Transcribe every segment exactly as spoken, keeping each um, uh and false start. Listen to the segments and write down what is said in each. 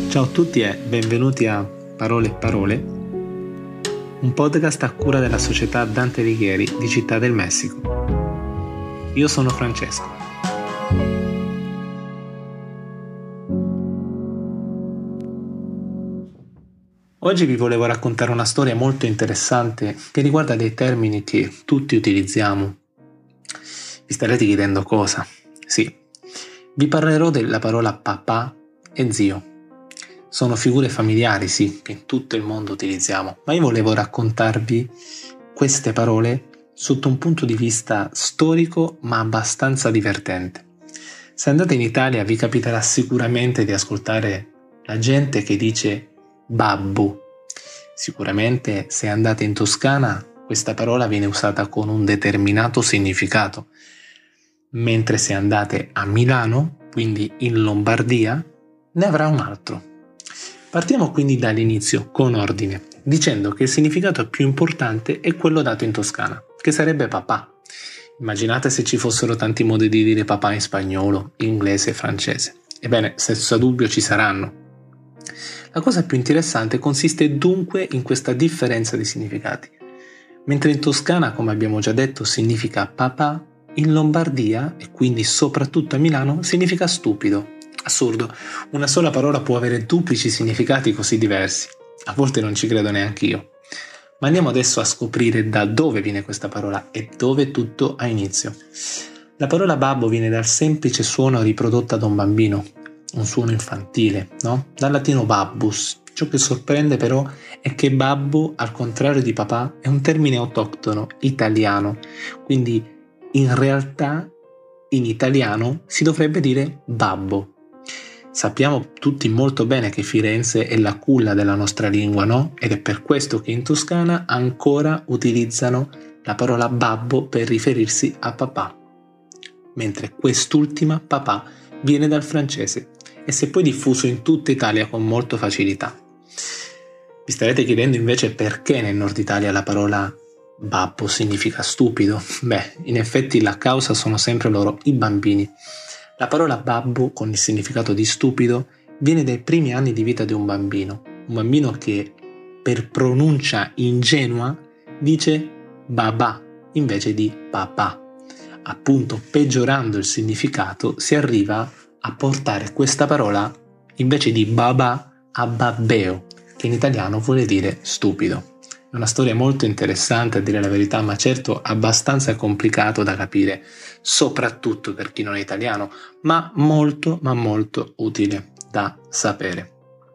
Ciao a tutti e benvenuti a Parole e Parole, un podcast a cura della società Dante Alighieri di Città del Messico. Io sono Francesco. Oggi vi volevo raccontare una storia molto interessante che riguarda dei termini che tutti utilizziamo. Vi starete chiedendo cosa? Sì, vi parlerò della parola papà e zio. Sono figure familiari, sì, che in tutto il mondo utilizziamo, ma io volevo raccontarvi queste parole sotto un punto di vista storico ma abbastanza divertente. Se andate in Italia vi capiterà sicuramente di ascoltare la gente che dice babbo. Sicuramente se andate in Toscana questa parola viene usata con un determinato significato, mentre se andate a Milano, quindi in Lombardia, ne avrà un altro. Partiamo quindi dall'inizio, con ordine, dicendo che il significato più importante è quello dato in Toscana, che sarebbe papà. Immaginate se ci fossero tanti modi di dire papà in spagnolo, inglese e francese. Ebbene, senza dubbio ci saranno. La cosa più interessante consiste dunque in questa differenza di significati. Mentre in Toscana, come abbiamo già detto, significa papà, in Lombardia, e quindi soprattutto a Milano, significa stupido. Assurdo, una sola parola può avere duplici significati così diversi. A volte non ci credo neanche io. Ma andiamo adesso a scoprire da dove viene questa parola e dove tutto ha inizio. La parola babbo viene dal semplice suono riprodotto da un bambino, un suono infantile, no? Dal latino babbus. Ciò che sorprende però è che babbo, al contrario di papà, è un termine autoctono, italiano. Quindi in realtà in italiano si dovrebbe dire babbo. Sappiamo tutti molto bene che Firenze è la culla della nostra lingua, no? Ed è per questo che in Toscana ancora utilizzano la parola babbo per riferirsi a papà, mentre quest'ultima, papà, viene dal francese e si è poi diffuso in tutta Italia con molta facilità. Vi starete chiedendo invece perché nel nord Italia la parola babbo significa stupido? Beh, in effetti la causa sono sempre loro, i bambini. La parola babbo, con il significato di stupido, viene dai primi anni di vita di un bambino. Un bambino che, per pronuncia ingenua, dice babà invece di papà. Appunto, peggiorando il significato, si arriva a portare questa parola, invece di babà, a babbeo, che in italiano vuole dire stupido. È una storia molto interessante, a dire la verità, ma certo abbastanza complicato da capire, soprattutto per chi non è italiano, ma molto, ma molto utile da sapere.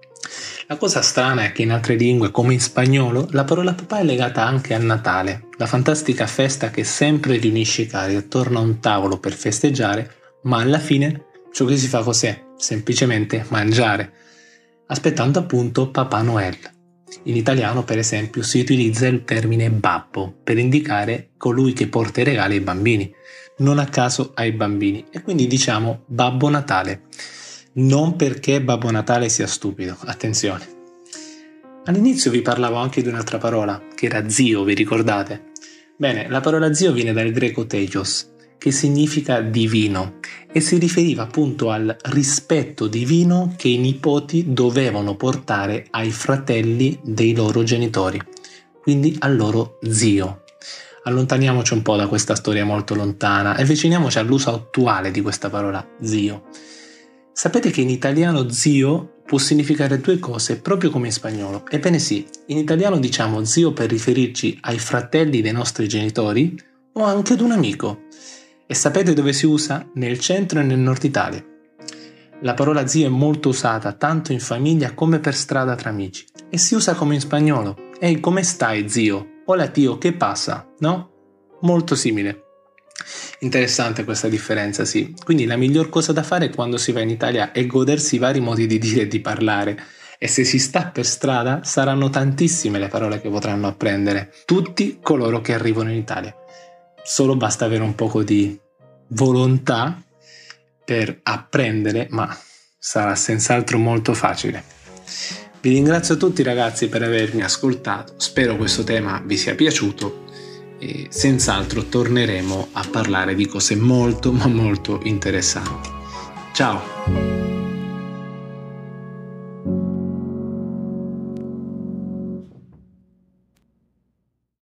La cosa strana è che in altre lingue, come in spagnolo, la parola papà è legata anche a Natale, la fantastica festa che sempre riunisce i cari attorno a un tavolo per festeggiare, ma alla fine ciò che si fa cos'è? Semplicemente mangiare, aspettando appunto Papà Noel. In italiano, per esempio, si utilizza il termine babbo per indicare colui che porta i regali ai bambini, non a caso ai bambini, e quindi diciamo Babbo Natale. Non perché Babbo Natale sia stupido, attenzione. All'inizio vi parlavo anche di un'altra parola, che era zio, vi ricordate? Bene, la parola zio viene dal greco teios, che significa divino, e si riferiva appunto al rispetto divino che i nipoti dovevano portare ai fratelli dei loro genitori, quindi al loro zio. Allontaniamoci un po' da questa storia molto lontana e avviciniamoci all'uso attuale di questa parola zio. Sapete che in italiano zio può significare due cose proprio come in spagnolo? Ebbene sì, in italiano diciamo zio per riferirci ai fratelli dei nostri genitori o anche ad un amico. E sapete dove si usa? Nel centro e nel nord Italia. La parola zio è molto usata tanto in famiglia come per strada tra amici e si usa come in spagnolo. Ehi, come stai zio? Hola tio, che passa? No? Molto simile. Interessante questa differenza, sì. Quindi la miglior cosa da fare quando si va in Italia è godersi i vari modi di dire e di parlare. E se si sta per strada saranno tantissime le parole che potranno apprendere tutti coloro che arrivano in Italia. Solo basta avere un poco di volontà per apprendere, ma sarà senz'altro molto facile. Vi ringrazio tutti ragazzi per avermi ascoltato, spero questo tema vi sia piaciuto e senz'altro torneremo a parlare di cose molto ma molto interessanti. Ciao!